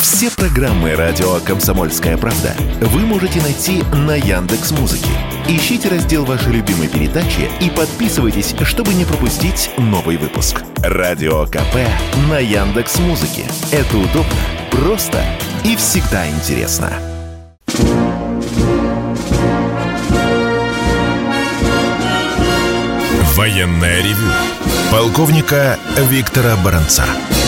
Все программы радио «Комсомольская правда» вы можете найти на Яндекс.Музыке. Ищите раздел вашей любимой передачи и подписывайтесь, чтобы не пропустить новый выпуск. Радио КП на Яндекс.Музыке. Это удобно, просто и всегда интересно. Военное ревю полковника Виктора Баранца.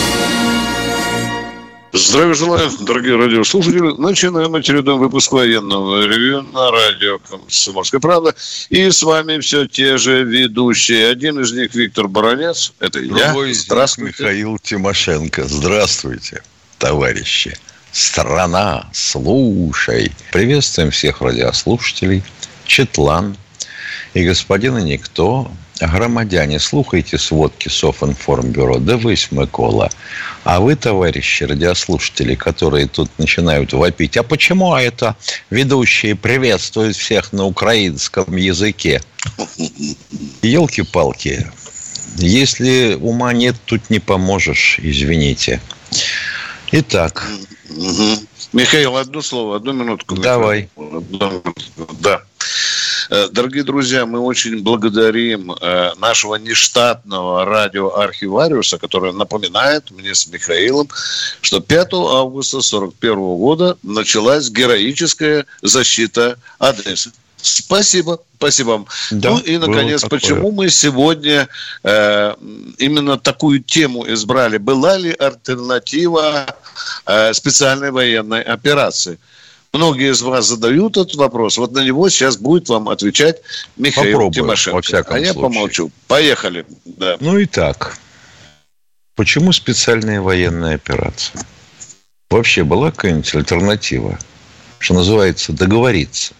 Здравия желаю, дорогие радиослушатели. Начинаем очередной выпуск военного ревью на радио «Комсомольская правда». И с вами все те же ведущие. Один из них Виктор Баранец. Это другой я. Здравствуйте. Михаил Тимошенко. Здравствуйте, товарищи. Страна, слушай. Приветствуем всех радиослушателей. Четлан и господина Никто. Громадяне, слухайте сводки Софинформбюро, дивись, Микола. А вы, товарищи радиослушатели, которые тут начинают вопить, а почему это ведущие приветствуют всех на украинском языке? Елки-палки, если ума нет, тут не поможешь, извините. Итак. Михаил, одну минутку. Давай. Да. Дорогие друзья, мы очень благодарим нашего нештатного радиоархивариуса, который напоминает мне с Михаилом, что 5 августа 1941 года началась героическая защита Одессы. Спасибо вам. Да, ну и, наконец, почему мы сегодня именно такую тему избрали? Была ли альтернатива специальной военной операции? Многие из вас задают этот вопрос. Вот на него сейчас будет вам отвечать Михаил Тимошенко. А я помолчу. Поехали. Да. Ну и так. Почему специальная военная операция? Вообще была какая-нибудь альтернатива? Что называется, договориться.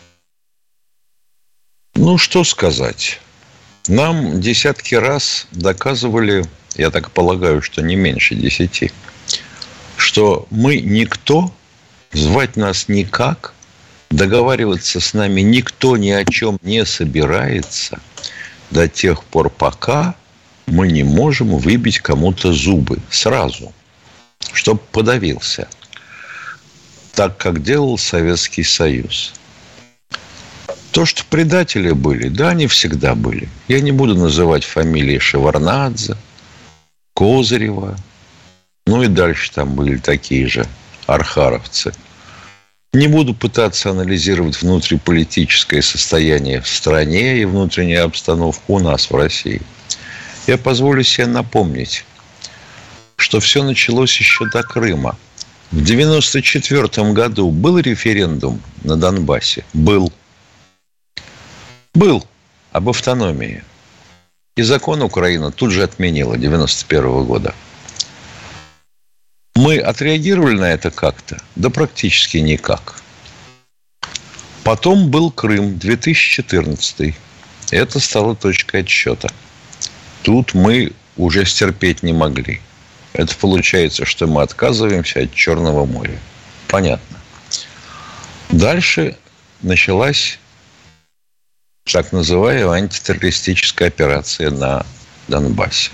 Ну, что сказать. Нам десятки раз доказывали, я так полагаю, что не меньше 10, что мы никто, звать нас никак, договариваться с нами никто ни о чем не собирается до тех пор, пока мы не можем выбить кому-то зубы сразу, чтобы подавился, так как делал Советский Союз. То, что предатели были, да, они всегда были. Я не буду называть фамилии Шеварднадзе, Козырева, ну и дальше там были такие же архаровцы. Не буду пытаться анализировать внутриполитическое состояние в стране и внутреннюю обстановку у нас в России. Я позволю себе напомнить, что все началось еще до Крыма. В 1994 году был референдум на Донбассе? Был об автономии. И закон Украина тут же отменила 1991 года. Мы отреагировали на это как-то? Да практически никак. Потом был Крым, 2014. Это стало точкой отсчета. Тут мы уже стерпеть не могли. Это получается, что мы отказываемся от Черного моря. Понятно. Дальше началась так называемая антитеррористическая операция на Донбассе.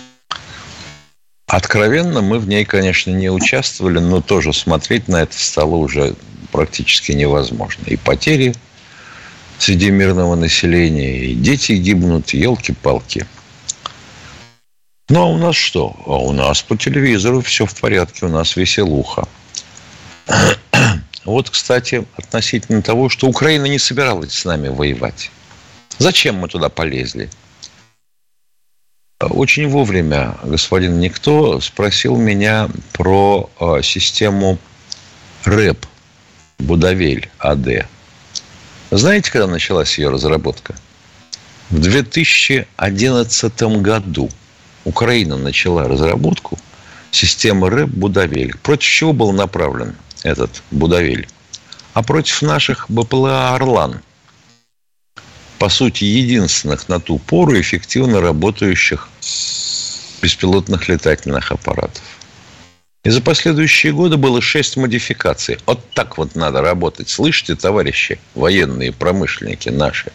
Откровенно мы в ней, конечно, не участвовали, но тоже смотреть на это стало уже практически невозможно. И потери среди мирного населения, и дети гибнут, елки-палки. Ну, а у нас что? А у нас по телевизору все в порядке, у нас веселуха. Вот, кстати, относительно того, что Украина не собиралась с нами воевать. Зачем мы туда полезли? Очень вовремя господин Никто спросил меня про систему РЭП Будавель АД. Знаете, когда началась ее разработка? В 2011 году Украина начала разработку системы РЭП Будавель. Против чего был направлен этот Будавель? А против наших БПЛА «Орлан». По сути, единственных на ту пору эффективно работающих беспилотных летательных аппаратов. И за последующие годы было 6 модификаций. Вот так вот надо работать. Слышите, товарищи военные, промышленники наши?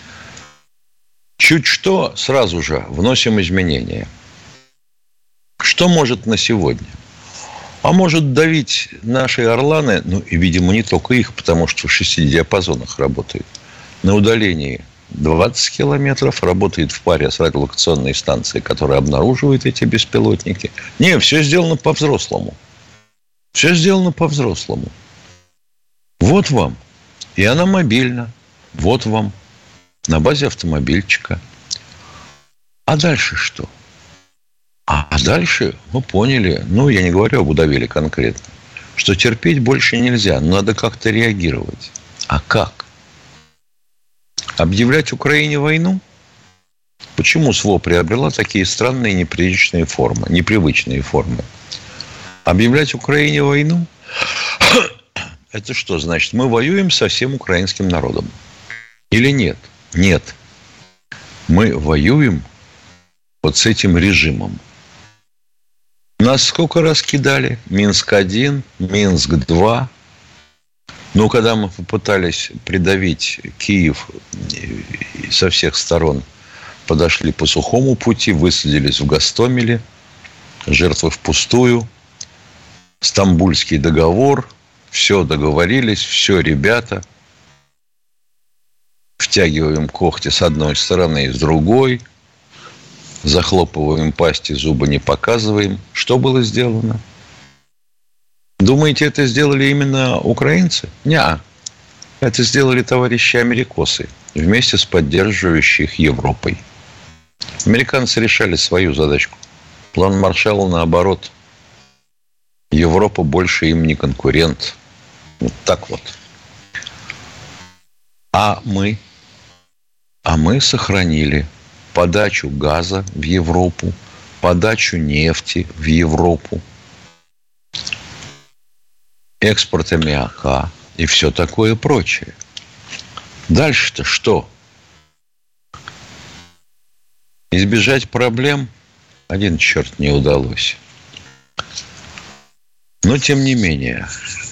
Чуть что, сразу же вносим изменения. Что может на сегодня? А может давить наши «Орланы», ну, и, видимо, не только их, потому что в 6 диапазонах работает, на удалении 20 километров, работает в паре с радиолокационной станцией, которая обнаруживает эти беспилотники. Не, все сделано по-взрослому. Все сделано по-взрослому. Вот вам. И она мобильна. Вот вам. На базе автомобильчика. А дальше что? А дальше мы поняли, ну, я не говорю об удавили конкретно, что терпеть больше нельзя, но надо как-то реагировать. А как? Объявлять Украине войну? Почему СВО приобрела такие странные непривычные формы? Объявлять Украине войну? Это что значит? Мы воюем со всем украинским народом? Или нет? Нет. Мы воюем вот с этим режимом. Нас сколько раз кидали? Минск-1, Минск-2. Ну, когда мы попытались придавить Киев со всех сторон, подошли по сухому пути, высадились в Гостомеле, жертвы впустую, Стамбульский договор, все договорились, все, ребята, втягиваем когти с одной стороны и с другой, захлопываем пасти, зубы не показываем. Что было сделано? Думаете, это сделали именно украинцы? Неа. Это сделали товарищи америкосы вместе с поддерживающей их Европой. Американцы решали свою задачку. План Маршалла наоборот. Европа больше им не конкурент. Вот так вот. А мы сохранили подачу газа в Европу, подачу нефти в Европу, экспорт аммиака и все такое прочее. Дальше-то что? Избежать проблем один черт не удалось. Но, тем не менее,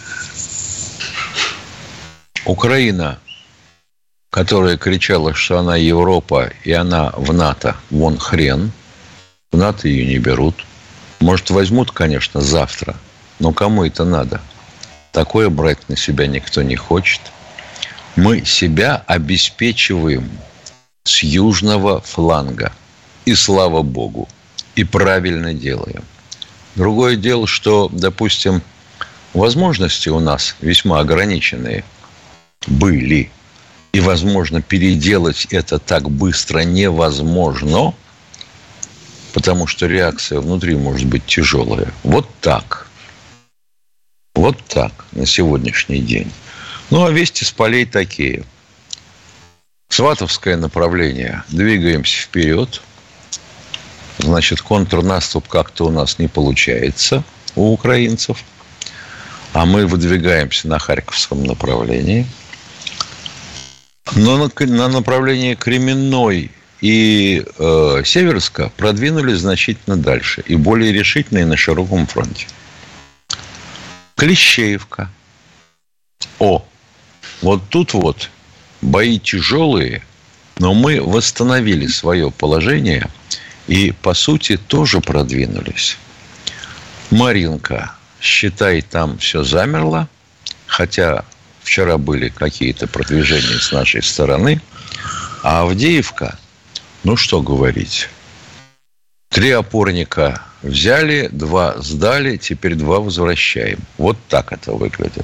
Украина, которая кричала, что она Европа и она в НАТО, вон хрен. В НАТО ее не берут. Может, возьмут, конечно, завтра. Но кому это надо? Такое брать на себя никто не хочет. Мы себя обеспечиваем с южного фланга. И слава богу. И правильно делаем. Другое дело, что, допустим, возможности у нас весьма ограниченные были. И, возможно, переделать это так быстро невозможно, потому что реакция внутри может быть тяжелая. Вот так. Вот так на сегодняшний день. Ну, а вести с полей такие. Сватовское направление. Двигаемся вперед. Значит, контрнаступ как-то у нас не получается у украинцев. А мы выдвигаемся на Харьковском направлении. Но на направлении Кременной и Северска продвинулись значительно дальше. И более решительно, и на широком фронте. Клещеевка. Вот тут вот бои тяжелые, но мы восстановили свое положение и, по сути, тоже продвинулись. Маринка, считай, там все замерло, хотя вчера были какие-то продвижения с нашей стороны. А Авдеевка, ну что говорить, 3 опорника взяли, 2 сдали, теперь 2 возвращаем. Вот так это выглядит.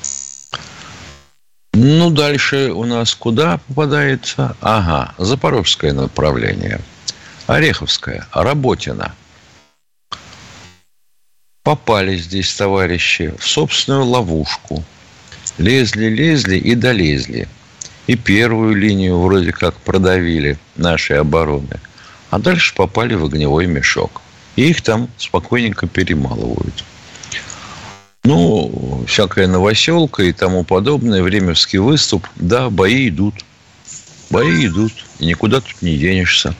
Ну, дальше у нас куда попадается? Ага, Запорожское направление. Ореховское, Работино. Попали здесь товарищи в собственную ловушку. Лезли и долезли. И первую линию вроде как продавили нашей обороны. А дальше попали в огневой мешок. И их там спокойненько перемалывают. Ну, всякая новоселка и тому подобное, временский выступ. Да, бои идут. И никуда тут не денешься.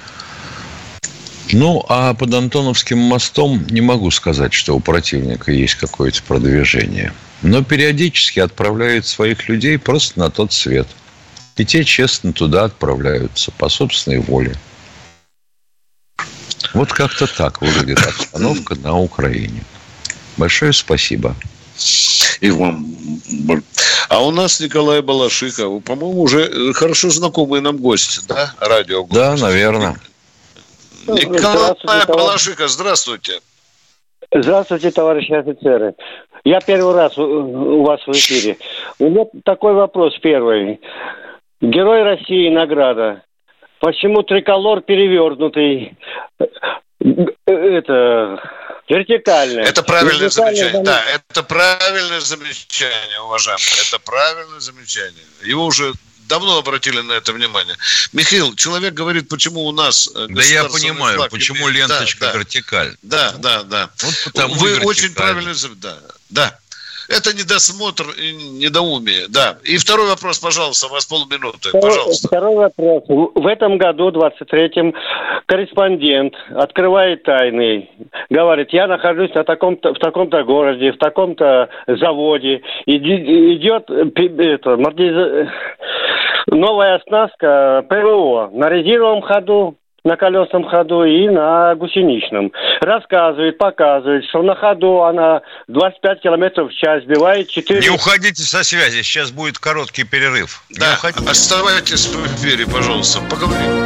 Ну, а под Антоновским мостом не могу сказать, что у противника есть какое-то продвижение. Но периодически отправляют своих людей просто на тот свет. И те честно туда отправляются по собственной воле. Вот как-то так выглядит обстановка на Украине. Большое спасибо. И вам. А у нас Николай Балашиха, по-моему, уже хорошо знакомый нам гость, да? Радиогость. Да, наверное. Николай Балашиха, здравствуйте. Здравствуйте, товарищи офицеры. Я первый раз у вас в эфире. У меня такой вопрос первый. Герой России, награда. Почему триколор перевернутый? Это вертикальное. Это правильное замечание. Да, это правильное замечание, уважаемые. Это правильное замечание. Его уже давно обратили на это внимание. Михаил, человек говорит, почему у нас... Да я понимаю, флаг, почему ленточка вертикаль. Да. Вот потому вы очень правильно... Да. Это недосмотр и недоумие. Да. И второй вопрос, пожалуйста, у вас полминуты. Пожалуйста. Второй вопрос. В этом году, 23-м, корреспондент открывает тайны. Говорит, я нахожусь в таком-то городе, в таком-то заводе. Идет новая оснастка ПВО на резиновом ходу, на колесном ходу и на гусеничном. Рассказывает, показывает, что на ходу она 25 километров в час сбивает 4... Не уходите со связи, сейчас будет короткий перерыв. Да, оставайтесь в эфире, пожалуйста, поговорим.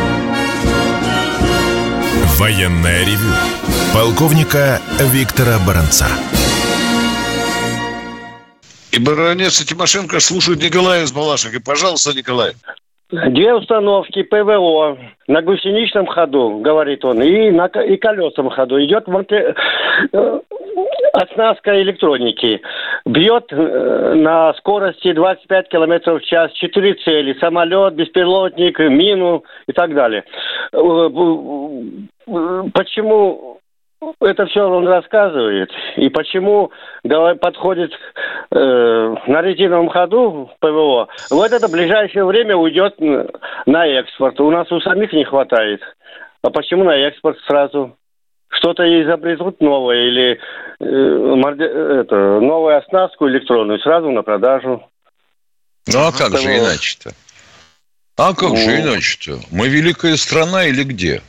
Военное ревю полковника Виктора Баранца. И баронец Тимошенко слушает Николая из Балашихи. Пожалуйста, Николай. 2 установки ПВО на гусеничном ходу, говорит он, и колесном ходу. Идет оснастка электроники. Бьет на скорости 25 километров в час 4 цели. Самолет, беспилотник, мину и так далее. Почему... Это все он рассказывает. И почему подходит на резиновом ходу ПВО, вот это в ближайшее время уйдет на экспорт. У нас у самих не хватает. А почему на экспорт сразу? Что-то изобретут новое или новую оснастку электронную сразу на продажу. Ну а как же иначе-то? Мы великая страна или где?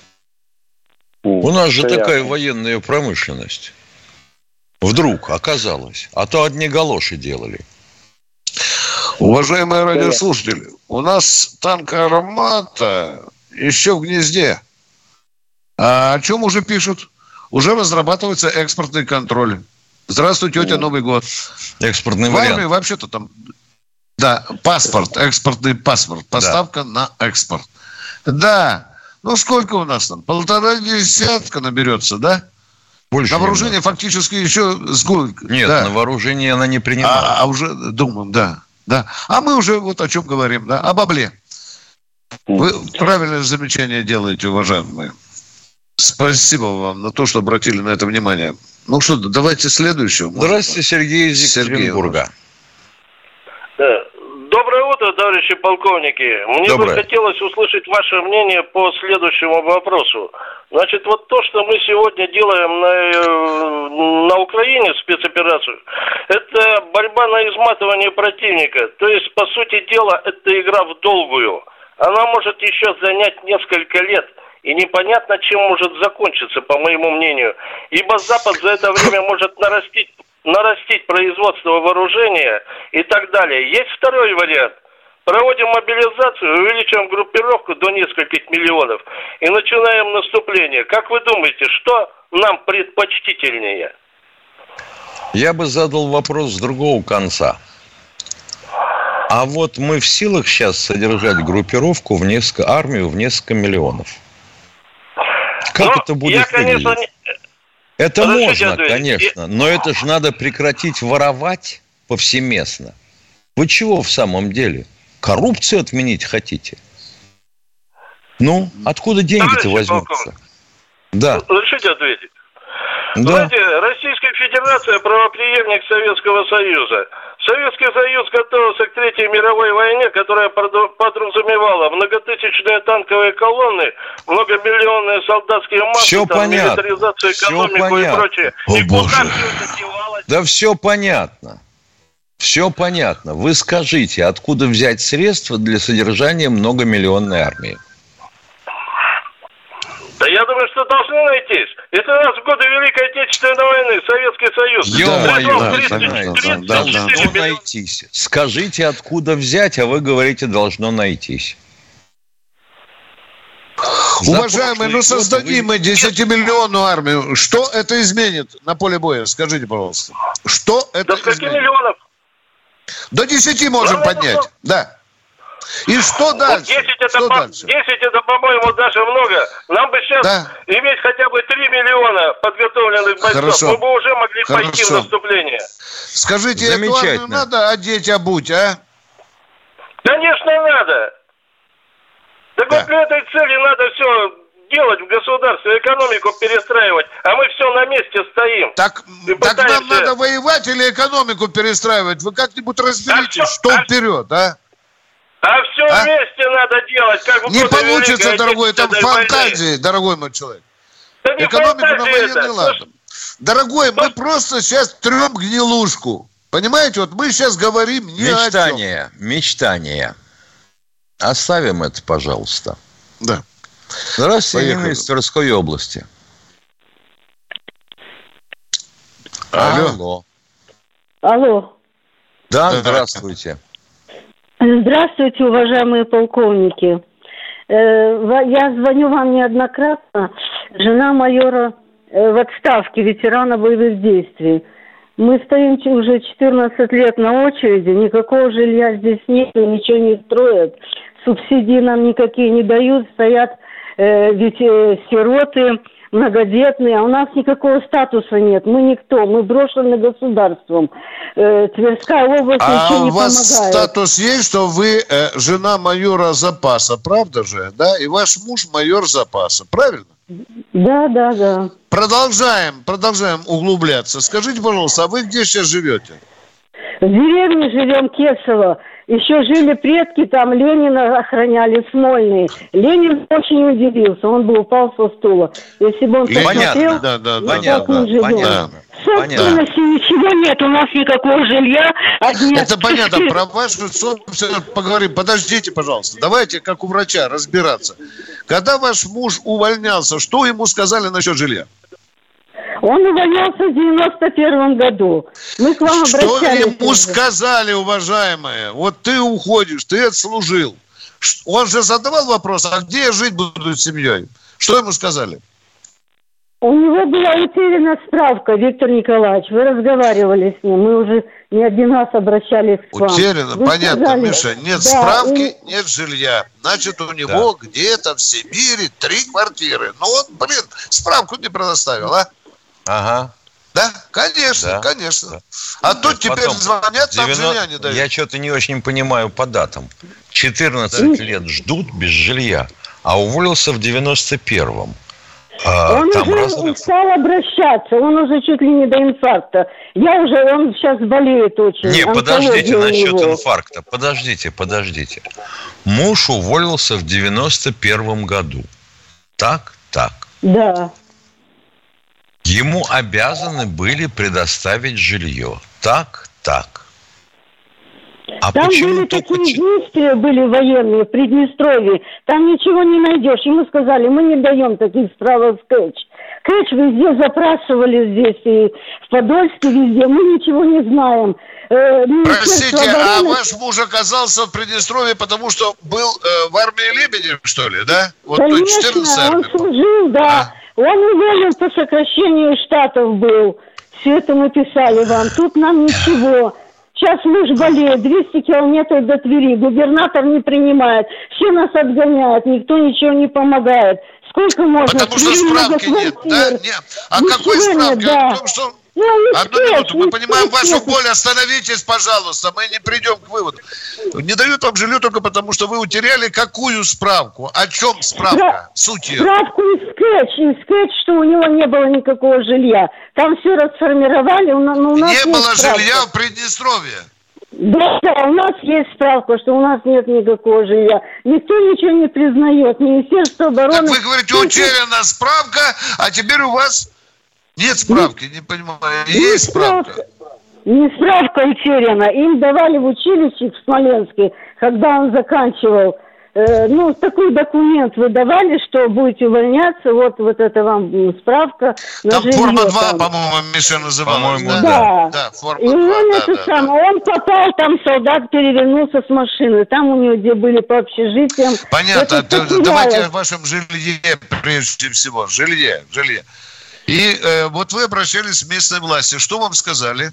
У нас же такая военная промышленность. Вдруг оказалось. А то одни галоши делали. Уважаемые радиослушатели, у нас танк «Армата» еще в гнезде. А о чем уже пишут? Уже разрабатывается экспортный контроль. Здравствуй, тетя, Новый год. Экспортный вариант. В армии вообще-то там... Да, паспорт, экспортный паспорт. Поставка на экспорт. Да. Ну, сколько у нас там? 1,5 наберется, да? Больше. На вооружение фактически еще... Нет, да. На вооружение она не принимала. А уже думаем, да. А мы уже вот о чем говорим, да? О бабле. Вы правильное замечание делаете, уважаемые. Спасибо вам на то, что обратили на это внимание. Ну что, давайте следующего. Здравствуйте, Сергей из Екатеринбурга. Доброе утро, товарищи полковники. Мне бы хотелось услышать ваше мнение по следующему вопросу. Значит, вот то, что мы сегодня делаем на Украине, спецоперацию, это борьба на изматывание противника. То есть, по сути дела, это игра в долгую. Она может еще занять несколько лет. И непонятно, чем может закончиться, по моему мнению. Ибо Запад за это время может нарастить производство вооружения и так далее. Есть второй вариант. Проводим мобилизацию, увеличиваем группировку до нескольких миллионов и начинаем наступление. Как вы думаете, что нам предпочтительнее? Я бы задал вопрос с другого конца. А вот мы в силах сейчас содержать группировку армию в несколько миллионов? Как это будет выглядеть? Это можно, конечно, но это же надо прекратить воровать повсеместно. Вы чего в самом деле? Коррупцию отменить хотите? Ну, откуда деньги-то возьмутся? Да. Разрешите ответить? Да. Знаете, Российская Федерация правопреемник Советского Союза. Советский Союз готовился к Третьей мировой войне, которая подразумевала многотысячные танковые колонны, многомиллионные солдатские массы, все понятно. Милитаризацию, экономику и прочее. О, Боже. Да все понятно. Все понятно. Вы скажите, откуда взять средства для содержания многомиллионной армии? Да я думаю, думаю, что должны найтись. Это у нас в годы Великой Отечественной войны, Советский Союз. Должно найтись. Скажите, откуда взять, а вы говорите, должно найтись. Уважаемые, ну создадим мы 10-миллионную армию. Что это изменит на поле боя? Скажите, пожалуйста. Что это изменит? До скольки миллионов? До 10 можем поднять. Да. И что дальше? 10 это, по-моему, даже много. Нам бы сейчас иметь хотя бы 3 миллиона подготовленных бойцов. Мы бы уже могли пойти в наступление. Скажите, эту армию надо одеть, обуть, а? Конечно, надо. Так вот для этой цели надо все делать в государстве, экономику перестраивать, а мы все на месте стоим. Так нам надо воевать или экономику перестраивать? Вы как-нибудь разберитесь, что вперед, а? А все вместе надо делать, как в не получится, дорогой, там фантазии, дорогой мой человек. Да экономику на военный лад. Дорогой, мы просто сейчас трем гнилушку. Понимаете, вот мы сейчас говорим не о чем. Мечтания. Оставим это, пожалуйста. Да. Здравствуйте, Ирина из Тверской области. Алло. Да, здравствуйте. Здравствуйте, уважаемые полковники. Я звоню вам неоднократно. Жена майора в отставке, ветерана боевых действий. Мы стоим уже 14 лет на очереди, никакого жилья здесь нет, ничего не строят. Субсидии нам никакие не дают, стоят ведь сироты, многодетные, а у нас никакого статуса нет. Мы никто, мы брошены государством. Тверская область ничего не помогает. А у вас статус есть, что вы жена майора запаса, правда же? Да? И ваш муж майор запаса, правильно? Да. Продолжаем углубляться. Скажите, пожалуйста, а вы где сейчас живете? В деревне живем, Кесово. Еще жили предки, там Ленина охраняли, Смольный. Ленин очень удивился, он бы упал со стула. Если бы он посмотрел, понятно. Собственности ничего нет, у нас никакого жилья. Это понятно, про вашу собственность поговорим. Подождите, пожалуйста, давайте, как у врача, разбираться. Когда ваш муж увольнялся, что ему сказали насчет жилья? Он увольнялся в 91 году. Мы к вам обращались. Что ему сказали, уважаемые? Вот ты уходишь, ты отслужил. Он же задавал вопрос, а где я жить буду с семьей? Что ему сказали? У него была утеряна справка, Виктор Николаевич. Вы разговаривали с ним. Мы уже не один раз обращались к вам. Утеряна, понятно, сказали, Миша. Нет справки, нет жилья. Значит, у него где-то в Сибири 3 квартиры. Ну вот, справку не предоставил, а? Ага. Да, конечно. А тут теперь звонят, нам жилья не дают. Я что-то не очень понимаю по датам. 14 лет ждут без жилья, а уволился в 91-м. Он уже стал обращаться, он уже чуть ли не до инфаркта. Он сейчас болеет очень. Не, подождите, насчет инфаркта. Подождите. Муж уволился в 91-м году. Так? Да. Ему обязаны были предоставить жилье. Так. А там были такие действия, были военные в Приднестровье. Там ничего не найдешь. Ему сказали, мы не даем таких справок в Кэч. Кэч везде запрашивали здесь, и в Подольске везде. Мы ничего не знаем. Простите, а ваш муж оказался в Приднестровье, потому что был в армии Лебедев, что ли, да? Вот конечно, он служил, да. Он уволен по сокращению штатов был. Все это мы писали вам. Тут нам ничего. Сейчас муж болеет, 200 километров до Твери. Губернатор не принимает. Все нас отгоняют, никто ничего не помогает. Сколько можно? Потому что справки нет, да? Нет. А какой справки? Да. Потому что... Одну минуту, мы понимаем вашу боль, остановитесь, пожалуйста, мы не придем к выводу. Не дают вам жилье только потому, что вы утеряли какую справку? О чем справка? Суть ее. Справку из Кэч, что у него не было никакого жилья. Там все расформировали, у нас не было жилья в Приднестровье. Да, у нас есть справка, что у нас нет никакого жилья. Никто ничего не признает, Министерство обороны... Так вы говорите, утеряна справка, а теперь у вас... Нет справки, не понимаю. Есть справка. Не справка утеряна. Им давали в училище в Смоленске, когда он заканчивал такой документ вы давали, что будете увольняться, вот это вам справка. Там жилье, форма 2, по-моему, Миша называлась. Да, форма и 2. Он попал, там солдат перевернулся с машины, там у него где были по общежитиям. Понятно, давайте о вашем жилье прежде всего, жилье. И вот вы обращались в местной власти, что вам сказали?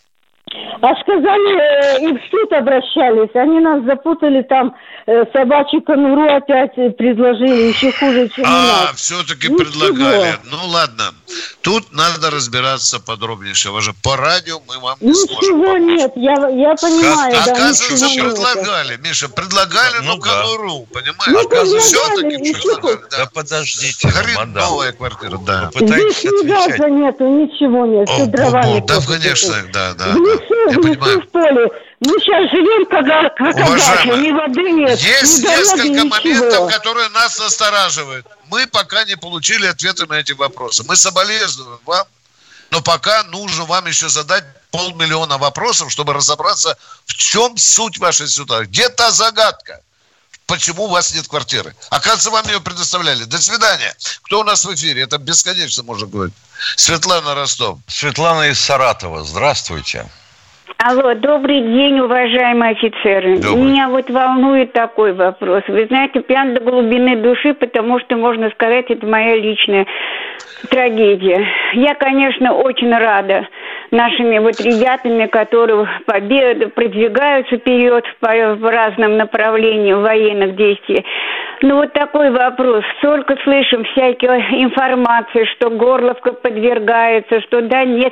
А сказали, и в суд обращались. Они нас запутали там, собачью конуру опять предложили, еще хуже, чем у нас. Все-таки предлагали. Ну, ладно. Тут надо разбираться подробнейше. По радио мы вам не сможем помочь. Нет, я понимаю. Оказывается, предлагали. Миша, предлагали, конуру, понимаешь? Оказывается, все-таки предлагали. Да подождите, мадам. Новая квартира, да. Здесь ни газа нету, ничего нет. Все дровами. Да, конечно, да. В лесу, в поле. Мы сейчас живем как уважаемые, ни воды нет. Есть несколько моментов, которые нас настораживают. Мы пока не получили ответы на эти вопросы. Мы соболезнуем вам, но пока нужно вам еще задать 500 000 вопросов, чтобы разобраться, в чем суть вашей ситуации. Где та загадка? Почему у вас нет квартиры? Оказывается, вам ее предоставляли. До свидания. Кто у нас в эфире? Это бесконечно можно говорить. Светлана, Ростов. Светлана из Саратова. Здравствуйте. Алло, добрый день, уважаемые офицеры. Добрый. Меня волнует такой вопрос. Вы знаете, прям до глубины души, потому что, можно сказать, это моя личная трагедия. Я, конечно, очень рада нашими ребятами, которые продвигаются вперед в разном направлении военных действий. Такой вопрос. Столько слышим всякой информации, что Горловка подвергается, что Донецк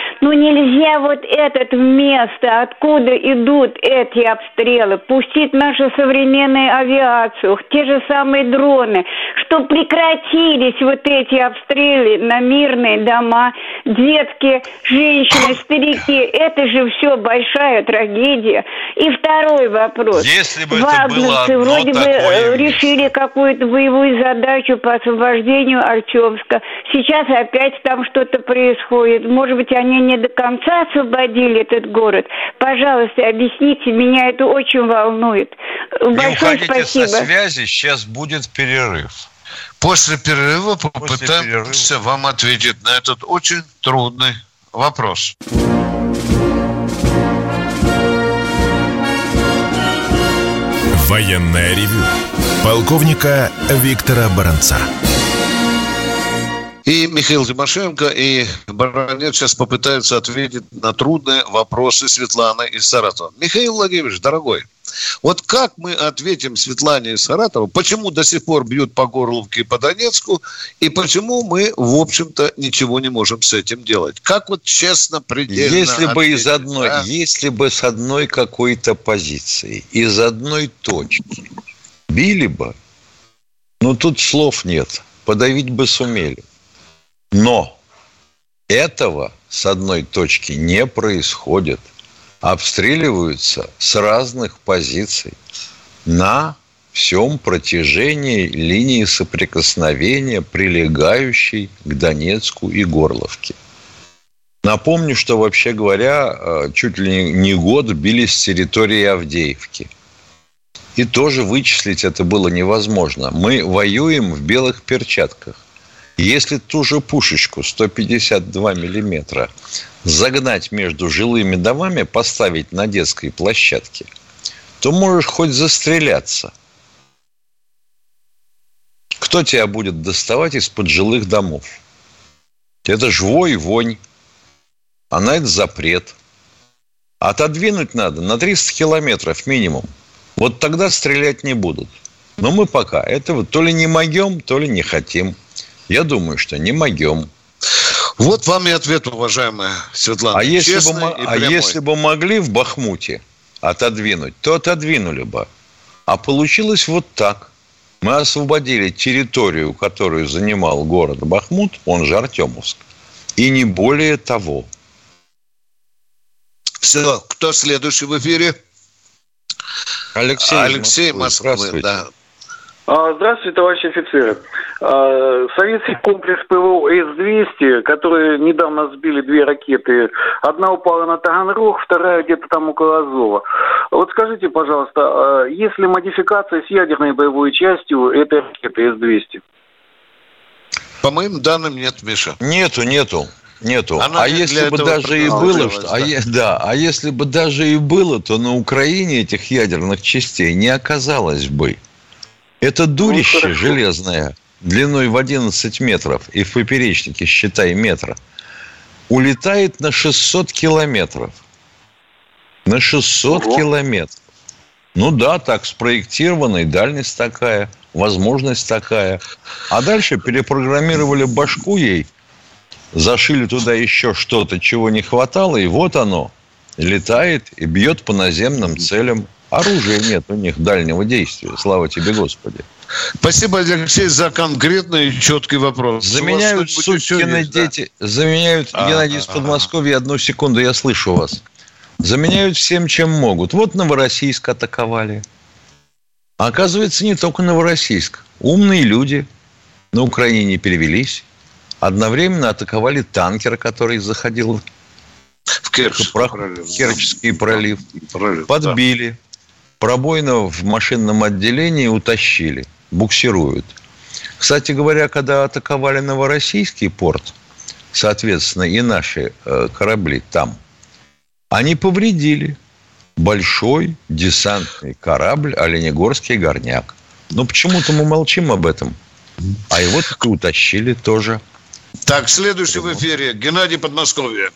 нельзя это место, откуда идут эти обстрелы, пустить нашу современную авиацию, те же самые дроны, чтобы прекратились эти обстрелы на мирные дома, детки, женщины, старики. Это же все большая трагедия. И второй вопрос. Если бы это было одно вроде такое бы решили какую-то боевую задачу по освобождению Артемска. Сейчас опять там что-то происходит. Может быть, они не до конца освободили этот город. Пожалуйста, объясните, меня это очень волнует. Большое уходите спасибо. Со связи, сейчас будет перерыв. После перерыва попытаемся вам ответить на этот очень трудный вопрос. Военное ревю полковника Виктора Баранца. И Михаил Тимошенко, и Баранец сейчас попытаются ответить на трудные вопросы Светланы из Саратова. Михаил Владимирович, дорогой, вот как мы ответим Светлане из Саратова, почему до сих пор бьют по Горловке и по Донецку, и почему мы, в общем-то, ничего не можем с этим делать? Как честно, предельно если бы с одной какой-то позиции, из одной точки били бы, тут слов нет, подавить бы сумели. Но этого с одной точки не происходит. Обстреливаются с разных позиций на всем протяжении линии соприкосновения, прилегающей к Донецку и Горловке. Напомню, что, вообще говоря, чуть ли не год били с территории Авдеевки. И тоже вычислить это было невозможно. Мы воюем в белых перчатках. Если ту же пушечку 152 миллиметра загнать между жилыми домами, поставить на детской площадке, то можешь хоть застреляться. Кто тебя будет доставать из-под жилых домов? Это ж вонь. А на это запрет. Отодвинуть надо на 300 километров минимум. Вот тогда стрелять не будут. Но мы пока этого то ли не могем, то ли не хотим. Я думаю, что не могем. Вот вам и ответ, уважаемая Светлана. А если бы могли в Бахмуте отодвинуть, то отодвинули бы. А получилось вот так. Мы освободили территорию, которую занимал город Бахмут, он же Артемовск. И не более того. Все, кто следующий в эфире? Алексей Москвы, да. Здравствуйте, товарищи офицеры. Советский комплекс ПВО С-200, который недавно сбили 2 ракеты. Одна упала на Таганрог, вторая где-то там около Азова. Вот скажите, пожалуйста, есть ли модификация с ядерной боевой частью этой ракеты С-200? По моим данным, нет, Миша. Нету. Она если бы даже и было, если бы даже и было, то на Украине этих ядерных частей не оказалось бы. Это дурище железное, длиной в 11 метров и в поперечнике, считай, метра, улетает на 600 километров. На 600 километров. Ну да, так спроектировано, и дальность такая, возможность такая. А дальше перепрограммировали башку ей, зашили туда еще что-то, чего не хватало, и вот оно летает и бьет по наземным целям. Оружия нет у них дальнего действия. Слава тебе, Господи. Спасибо, Алексей, за конкретный и четкий вопрос. Заменяют сукины дети. Заменяют, Геннадий из Подмосковья, 1 секунду, я слышу вас. Заменяют всем, чем могут. Вот Новороссийск атаковали. А оказывается, не только Новороссийск. Умные люди на Украине перевелись. Одновременно атаковали танкер, который заходил в Керченский пролив. Подбили. Пробоину в машинном отделении утащили. Буксируют. Кстати говоря, когда атаковали Новороссийский порт, соответственно, и наши корабли там, они повредили большой десантный корабль «Оленегорский горняк». Но почему-то мы молчим об этом. А его таки утащили тоже. Так, следующий в эфире Геннадий, Подмосковье.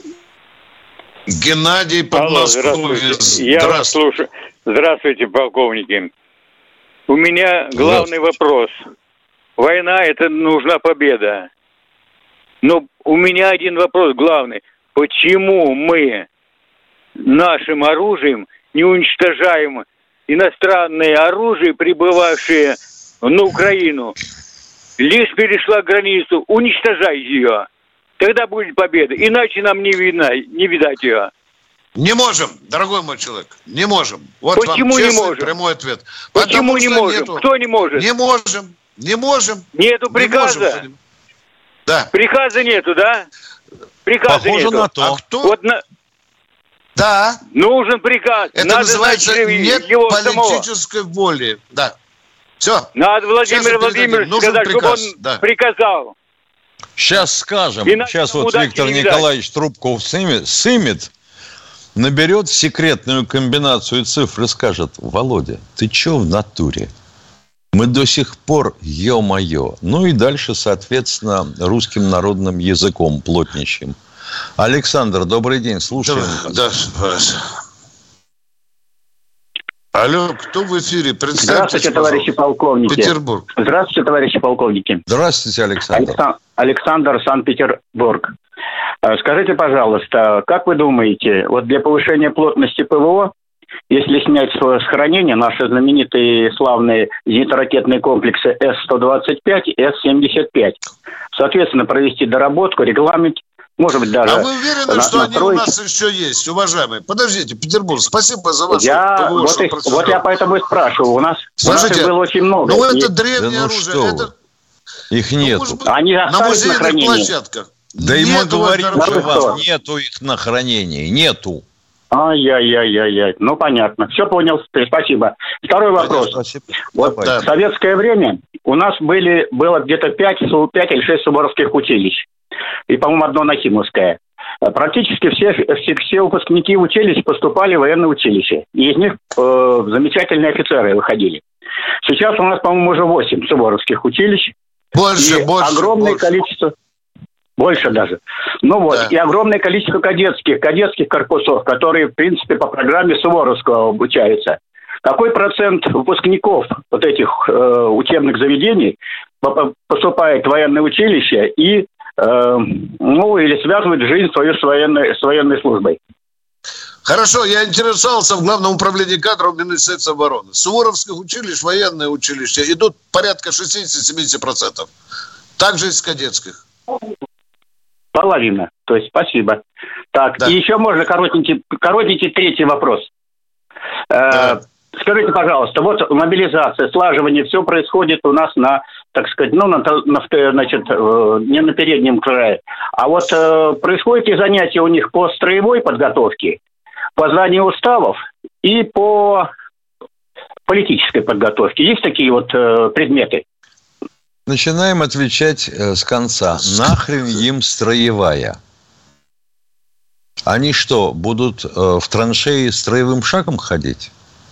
Геннадий, Подмосковье. Здравствуйте. Я вас слушаю. Здравствуйте, полковники. У меня главный вопрос. Война – это нужна победа. Но у меня один вопрос главный. Почему мы нашим оружием не уничтожаем иностранное оружие, прибывавшее на Украину? Лишь перешла границу, уничтожай ее. Тогда будет победа. Иначе нам не видать ее. Не можем, дорогой мой человек, не можем. Вот почему вам честный, не можем? Прямой ответ. Почему не можем? Кто не может? Не можем. Нету приказа? Не можем. Да. Приказа нету, да? Приказа похоже нету. на то. А кто? Да. Нужен приказ. Это надо, называется нет его политической воли. Да. Все. Надо Владимир Владимирович сказать, приказ. чтобы он приказал. Сейчас скажем. Иначе сейчас вот Виктор Николаевич трубку сымет, наберет секретную комбинацию цифр и скажет: Володя, ты че в натуре? Мы до сих пор, ё-моё. Ну и дальше, соответственно, русским народным языком плотничаем. Александр, добрый день, слушаем вас. Да, алло, кто в эфире? Здравствуйте, товарищи полковники. Петербург. Здравствуйте, товарищи полковники. Здравствуйте, Александр. Александр, Санкт-Петербург. Скажите, пожалуйста, как вы думаете, вот для повышения плотности ПВО, если снять с хранения наши знаменитые славные зенитно-ракетные комплексы С-125 и С-75, соответственно, провести доработку, регламент, может быть, даже... А вы уверены, что они у нас еще есть, уважаемые? Подождите, Петербург, спасибо за вашу ПВО. Вот я поэтому и спрашиваю. У нас их было очень много. Ну, это древнее оружие. Их нету. Они на музейных площадках. Да и мы говорим же вам, нету их на хранении, нету. Ай-яй-яй-яй-яй. Ну, понятно. Все понял. Спасибо. Второй вопрос. Вот в советское время у нас было где-то 5 или 6 суворовских училищ. И, по-моему, одно Нахимовское. Практически все выпускники училищ поступали в военное училище. И из них замечательные офицеры выходили. Сейчас у нас, по-моему, уже 8 суворовских училищ. Больше. Огромное количество... Больше даже. Ну вот, да. И огромное количество кадетских корпусов, которые, в принципе, по программе Суворовского обучаются. Какой процент выпускников вот этих учебных заведений поступает в военное училище и или связывает жизнь свою с военной службой? Хорошо, я интересовался в Главном управлении кадров Министерства обороны. Суворовских училищ, военные училища идут порядка 60-70%. Также и с кадетских. Половина. То есть, спасибо. Так, да. И еще можно коротенький третий вопрос. Скажите, пожалуйста, вот мобилизация, слаживание, все происходит у нас на так сказать, не на переднем крае. А вот происходят ли занятия у них по строевой подготовке, по знанию уставов и по политической подготовке? Есть такие вот предметы? Начинаем отвечать с конца. Нахрен им строевая? Они что, будут в траншеи строевым шагом ходить?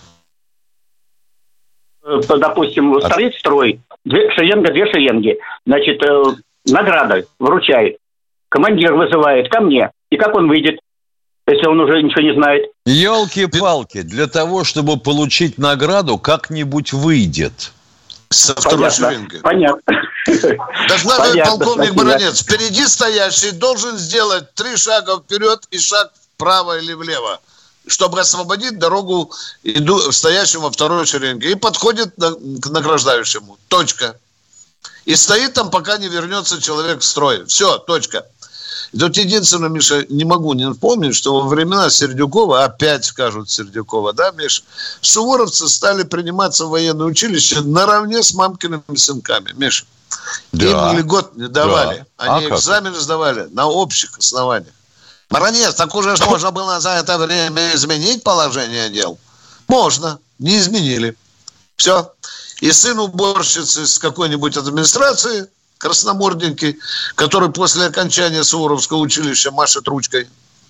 Допустим, стоит строй, две шеренги. Значит, награда вручает. Командир вызывает ко мне. И как он выйдет, если он уже ничего не знает? Ёлки-палки, для того, чтобы получить награду, как-нибудь выйдет. Со второй шеренгой. Понятно. Докладывает полковник Баранец. Впереди стоящий должен сделать 3 шага вперед и шаг вправо или влево, чтобы освободить дорогу стоящему во второй шеренге. И подходит к награждающему. Точка. И стоит там, пока не вернется человек в строй. Все, точка. И тут единственное, Миша, не могу не вспомнить, что во времена Сердюкова, опять скажут Сердюкова, да, Миш, суворовцы стали приниматься в военное училище наравне с мамкиными сынками, Миш. Да. Им льгот не давали. Да. Они экзамены сдавали на общих основаниях. Баранец, так уже можно было за это время изменить положение дел? Можно. Не изменили. Все. И сын уборщицы из какой-нибудь администрации, красноморденький, который после окончания Суворовского училища машет ручкой,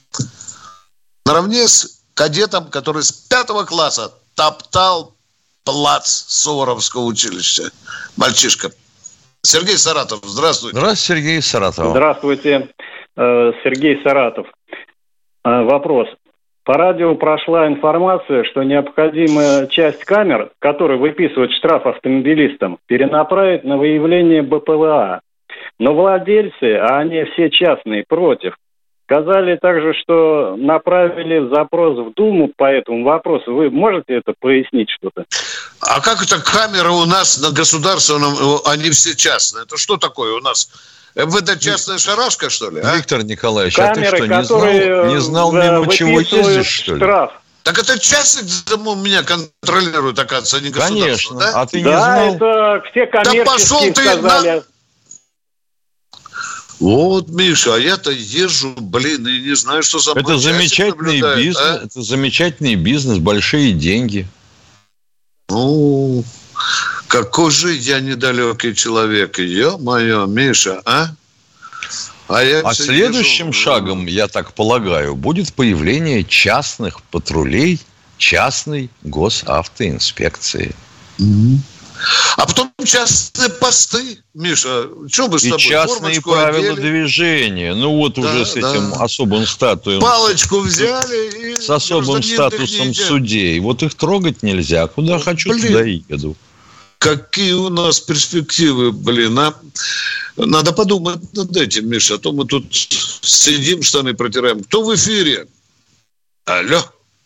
наравне с кадетом, который с 5 класса топтал плац Суворовского училища. Мальчишка. Сергей Саратов, здравствуйте. Здравствуйте, Сергей Саратов. Здравствуйте, Сергей Саратов. Вопрос. По радио прошла информация, что необходимая часть камер, которые выписывают штраф автомобилистам, перенаправить на выявление БПЛА. Но владельцы, а они все частные, против. Сказали также, что направили запрос в Думу по этому вопросу. Вы можете это пояснить что-то? А как это камеры у нас на государственном, они все частные? Это что такое у нас? Это частная шарашка, что ли? А? Виктор Николаевич, камеры, а ты что, не знал мимо чего ездишь, что ли? Штраф. Так это частник меня контролирует, оказывается, а не государство, конечно, да? А ты не знал? Да, это все коммерческие сказали. Вот, Миша, а я-то езжу, и не знаю, что за... Это замечательный бизнес, это замечательный бизнес, большие деньги. Ну, какой же я недалекий человек, ё-моё, Миша, а? А следующим шагом, я так полагаю, будет появление частных патрулей, частной госавтоинспекции. А потом частные посты, Миша, что бы с тобой? И частные правила движения. Ну вот уже с этим особым статусом. Палочку взяли. И с особым статусом судей. Вот их трогать нельзя. Куда хочу, туда и еду. Какие у нас перспективы, а? Надо подумать над этим, Миша. А то мы тут сидим, штаны протираем. Кто в эфире? Алло.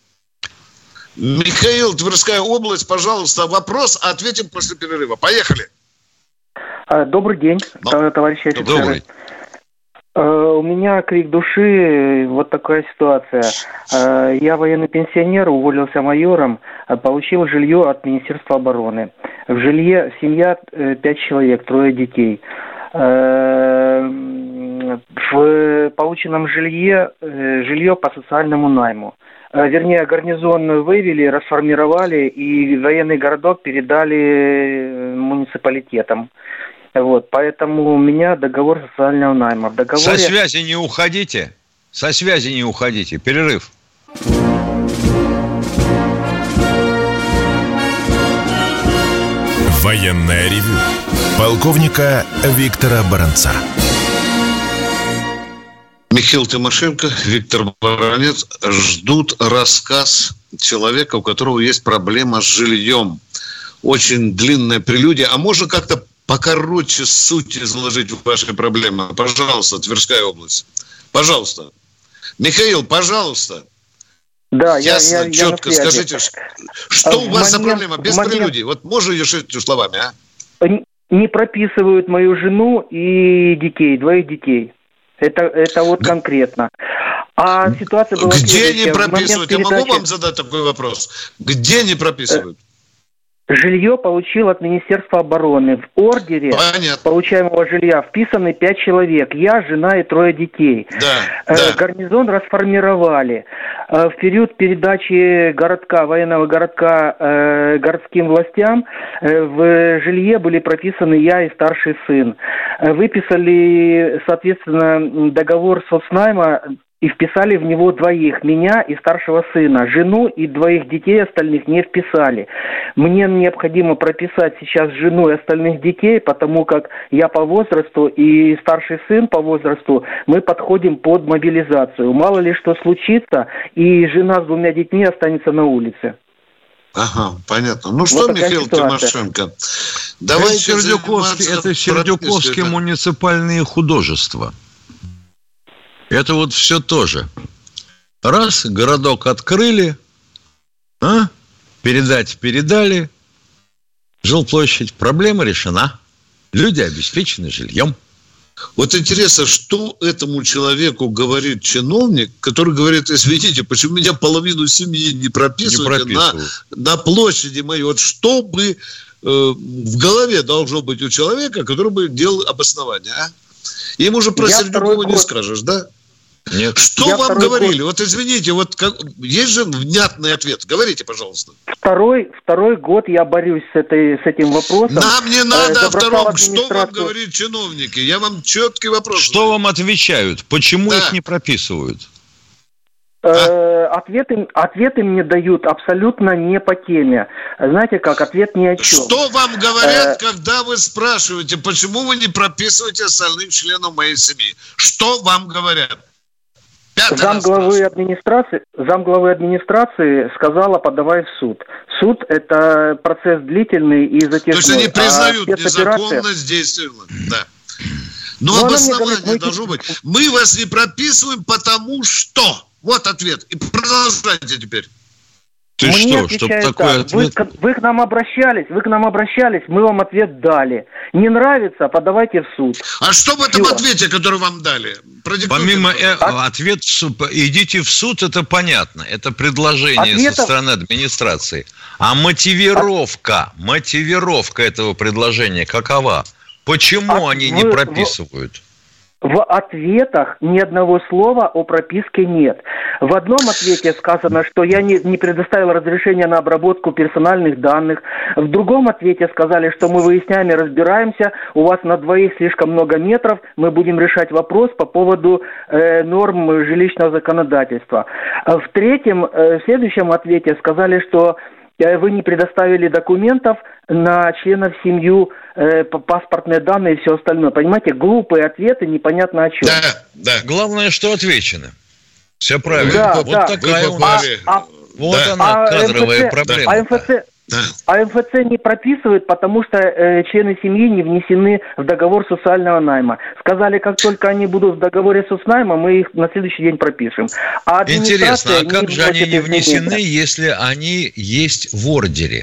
Михаил, Тверская область, пожалуйста, вопрос, ответим после перерыва. Поехали. Добрый день, товарищи офицеры. Добрый. У меня крик души, вот такая ситуация. Я военный пенсионер, уволился майором, получил жилье от Министерства обороны. В жилье семья 5 человек, 3 детей. В полученном жилье по социальному найму. Вернее, гарнизон вывели, расформировали и военный городок передали муниципалитетам. Вот, поэтому у меня договор социального найма. Со связи не уходите. Перерыв. Военное ревю полковника Виктора Баранца. Михаил Тимошенко, Виктор Баранец ждут рассказ человека, у которого есть проблема с жильем. Очень длинная прелюдия. А можно как-то покороче суть изложить ваши проблемы? Пожалуйста, Тверская область. Пожалуйста. Михаил, пожалуйста. Да, ясно, четко скажите, что у вас за проблема? Без прелюдий. Вот можно ее шить словами, а? Не прописывают мою жену и детей, 2 детей. Это вот конкретно. А ситуация была... Где не прописывают? Я могу вам задать такой вопрос? Где не прописывают? Жилье получил от Министерства обороны. В ордере получаемого жилья вписаны 5 человек. Я, жена и 3 детей. Гарнизон расформировали. В период передачи военного городка городским властям в жилье были прописаны я и старший сын. Выписали, соответственно, договор соцнайма и вписали в него 2, меня и старшего сына. Жену и 2 детей остальных не вписали. Мне необходимо прописать сейчас жену и остальных детей, потому как я по возрасту и старший сын по возрасту, мы подходим под мобилизацию. Мало ли что случится, и жена с 2 детьми останется на улице. Ага, понятно. Ну что, Михаил Тимошенко, давайте это Сердюковские муниципальные художества. Это вот все тоже. Раз, городок открыли, передали, жилплощадь, проблема решена. Люди обеспечены жильем. Вот интересно, что этому человеку говорит чиновник, который говорит: извините, почему меня половину семьи не прописываете на площади моей? Вот что бы в голове должно быть у человека, который бы делал обоснование, а? Ему же про Сердюкова не скажешь, да? Нет. Что вам говорили? Вот извините, есть же внятный ответ. Говорите, пожалуйста. Второй год я борюсь с этим вопросом. Нам не надо второго. Что вам говорят чиновники? Я вам четкий вопрос. Что вам отвечают? Почему их не прописывают? Ответы мне дают абсолютно не по теме. Знаете как, ответ ни о чем. Что вам говорят, когда вы спрашиваете, почему вы не прописываете остальным членам моей семьи? Что вам говорят? Замглавы администрации сказала: подавай в суд. Суд – это процесс длительный и затяжной. То есть они признают незаконность действия. Да. Но обоснование должно быть. Мы вас не прописываем, потому что. Вот ответ. И продолжайте теперь. Мне отвечают так: вы к нам обращались, мы вам ответ дали. Не нравится, подавайте в суд. А что в этом ответе, который вам дали? Помимо ответ в суд, идите в суд, это понятно. Это предложение со стороны администрации. А мотивировка этого предложения какова? Почему они не прописывают? В ответах ни одного слова о прописке нет. В одном ответе сказано, что я не предоставил разрешения на обработку персональных данных. В другом ответе сказали, что мы выясняем и разбираемся, у вас на 2 слишком много метров, мы будем решать вопрос по поводу норм жилищного законодательства. В следующем ответе сказали, что вы не предоставили документов на членов семьи, паспортные данные и все остальное. Понимаете, глупые ответы, непонятно о чем. Да. Главное, что отвечено. Все правильно. Такая у нас. Она кадровая проблема. А МФЦ не прописывает, потому что члены семьи не внесены в договор социального найма. Сказали, как только они будут в договоре соцнайма, мы их на следующий день пропишем. Интересно, а как же они не внесены, если они есть в ордере?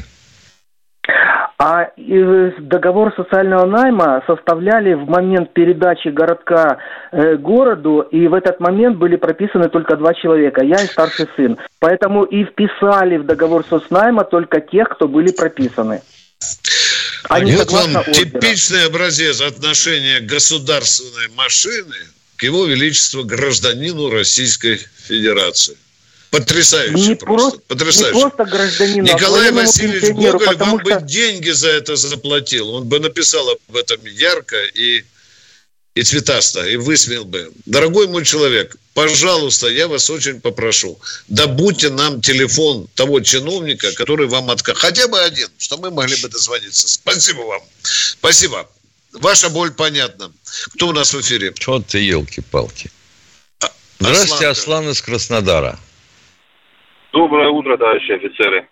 А договор социального найма составляли в момент передачи городка городу, и в этот момент были прописаны только 2 человека, я и старший сын. Поэтому и вписали в договор соцнайма только тех, кто были прописаны. Вот вам типичный образец отношения государственной машины к его величеству гражданину Российской Федерации. Потрясающе просто. Потрясающе. Не просто гражданину, Николай Васильевич Гоголь вам бы деньги за это заплатил. Он бы написал об этом ярко и цветасто, и высмеял бы. Дорогой мой человек, пожалуйста, я вас очень попрошу, добудьте нам телефон того чиновника, который вам откажет. Хотя бы один, что мы могли бы дозвониться. Спасибо вам. Спасибо. Ваша боль понятна. Кто у нас в эфире? Что ты, елки-палки. Здравствуйте, Аслан из Краснодара. Доброе утро, товарищи офицеры.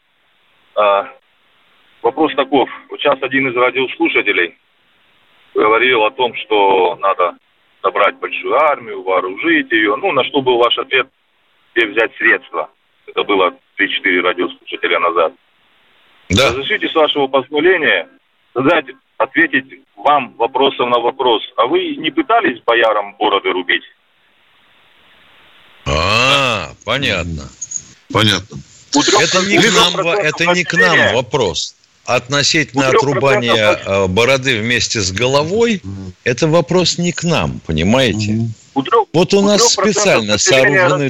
Вопрос таков. Вот сейчас один из радиослушателей говорил о том, что надо собрать большую армию, вооружить ее. На что был ваш ответ, где взять средства. Это было 3-4 радиослушателя назад. Да. Разрешите, с вашего позволения, ответить вам вопросом на вопрос. А вы не пытались боярам бороды рубить? Понятно. Понятно. Это не к нам вопрос. относительно отрубания бороды вместе с головой, это вопрос не к нам, понимаете? Вот у нас специально сооружены...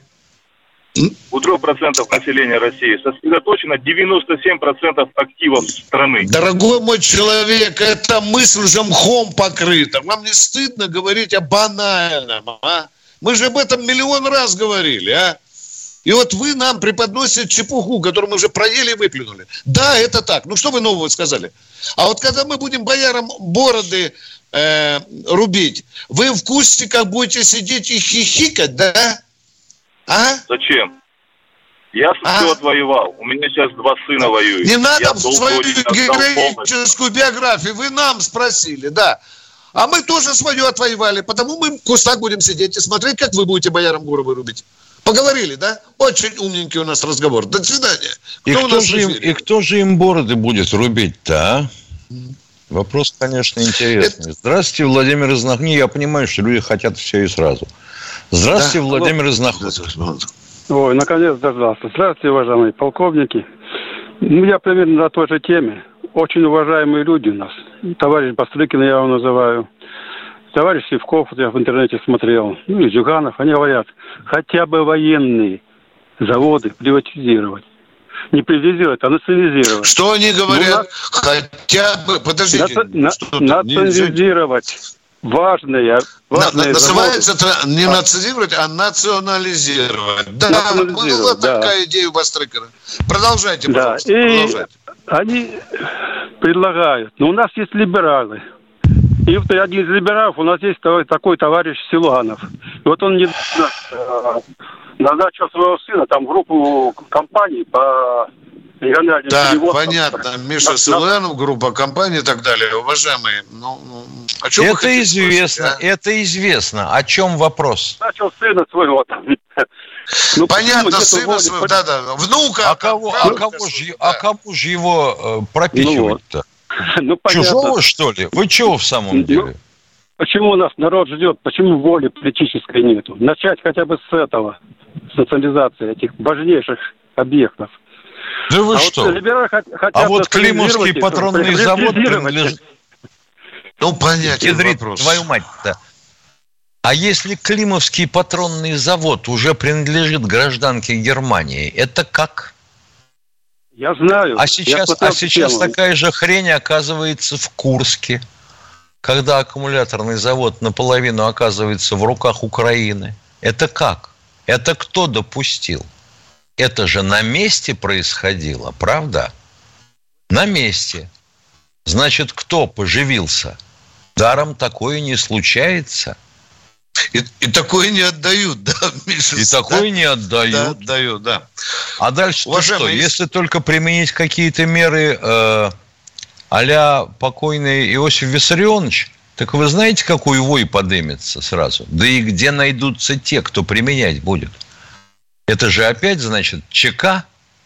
У 3% населения России сосредоточено 97% активов страны. Дорогой мой человек, эта мысль уже мхом покрыта. Вам не стыдно говорить о банальном, а? Мы же об этом миллион раз говорили, а? И вот вы нам преподносите чепуху, которую мы уже проели и выплюнули. Да, это так. Ну, что вы нового сказали? А вот когда мы будем боярам бороды рубить, вы в кустиках будете сидеть и хихикать, да? А? Зачем? Я все отвоевал. У меня сейчас 2 сына воюют. Не надо в свою героическую биографию. Вы нам спросили, да. А мы тоже свое отвоевали. Потому мы в кустах будем сидеть и смотреть, как вы будете боярам головы рубить. Поговорили, да? Очень умненький у нас разговор. До свидания. Кто же им бороды будет рубить-то, а? Вопрос, конечно, интересный. Здравствуйте, Владимир из Находки. Я понимаю, что люди хотят все и сразу. Здравствуйте, да, Владимир из Находки. Ой, наконец дождался. Здравствуйте, уважаемые полковники. Я примерно на той же теме. Очень уважаемые люди у нас. Товарищ Бастрыкин я его называю. Товарищ Сивков, я в интернете смотрел. Ну и Зюганов. Они говорят, хотя бы военные заводы приватизировать. Не приватизировать, а национализировать. Что они говорят? Хотя бы... Подождите. Национализировать. Важные называется это не национализировать, а национализировать. Да, была такая идея у Бастрыкина. Продолжайте, пожалуйста. Продолжайте. Они предлагают. Но у нас есть либералы. И вот один из либералов, у нас есть такой товарищ Силуанов. И вот он назначил своего сына там в группу компаний по... Так, понятно. Миша Силуанов, группа компаний и так далее. Уважаемые, о чем это известно, спросить, это известно. О чем вопрос? Начал сына своего там. Понятно, сына своего, да. Внука. А кому же его пропихивать-то? Чужого, что ли? Вы чего в самом деле? Почему у нас народ ждет? Почему воли политической нету? Начать хотя бы с этого, социализации этих важнейших объектов. Да вы что? Вот Климовский патронный завод принадлежит... Ну, понятен вопрос. Твою мать-то. А если Климовский патронный завод уже принадлежит гражданке Германии, это как? Я знаю. А сейчас такая же хрень оказывается в Курске, когда аккумуляторный завод наполовину оказывается в руках Украины. Это как? Это кто допустил? Это же на месте происходило, правда? На месте. Значит, кто поживился? Даром такое не случается. И такое не отдают, да, Миша? И такое не отдают. Да, отдают, да. А дальше что? Если только применить какие-то меры а-ля покойный Иосиф Виссарионович, так вы знаете, какой вой подымется сразу? Да и где найдутся те, кто применять будет? Это же опять, значит, ЧК.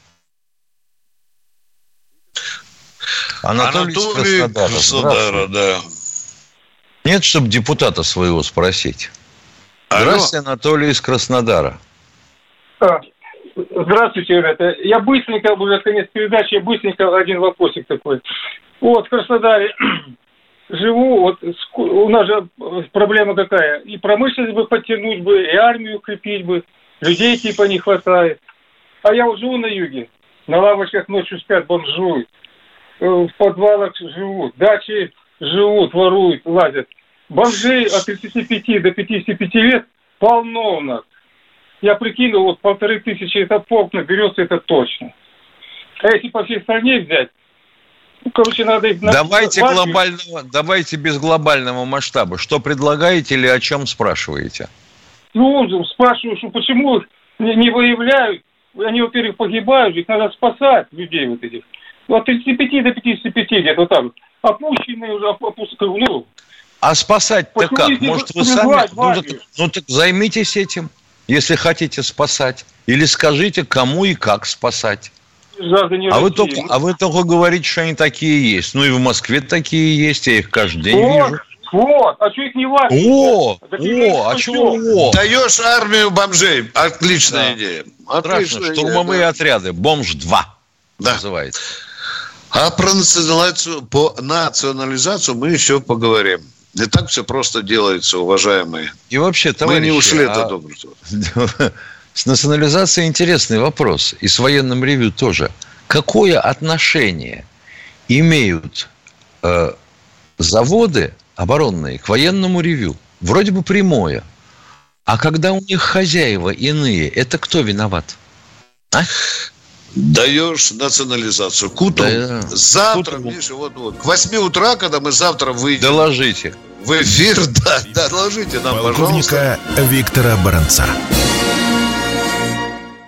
Анатолий из Краснодара, да. Нет, чтобы депутата своего спросить. Здравствуйте, Анатолий из Краснодара. Здравствуйте, ребята. Я быстренько, уже конец передачи, один вопросик такой. Вот, в Краснодаре живу, вот у нас же проблема какая. И промышленность бы подтянуть бы, и армию укрепить бы. Людей типа не хватает. А я вот живу на юге. На лавочках ночью спят, бомжуют. В подвалах живут. Дачи живут, воруют, лазят. Бомжей от 35 до 55 лет полно у нас. Я прикинул, вот 1500 это полк наберется, это точно. А если по всей стране взять, надо их... Давайте без глобального масштаба. Что предлагаете или о чем спрашиваете? Спрашиваю, что почему не выявляют. Они, во-первых, погибают, их надо спасать, людей вот этих. От 35 до 55 где-то вот так вот. Опущенные уже, А спасать-то как? Может, вы сами... так займитесь этим, если хотите спасать. Или скажите, кому и как спасать. А вы только говорите, что они такие есть. Ну и в Москве такие есть, я их каждый день вижу. Вот, а что их не власть? А чего? Даешь армию бомжей. Отличная идея. Страшно. Штурмовые отряды. Бомж-2 называется. А про национализацию мы еще поговорим. Не так все просто делается, уважаемые. И вообще, товарищи, мы не ушли от доброго. С национализацией интересный вопрос. И с военным ревью тоже. Какое отношение имеют заводы оборонные к военному ревью? Вроде бы прямое. А когда у них хозяева иные, это кто виноват? А? Даешь национализацию. К утру. Да, завтра, Миша, вот к 8 утра, когда мы завтра выйдем. Доложите. В эфир, да, доложите нам, полковника пожалуйста. Виктора Баранца.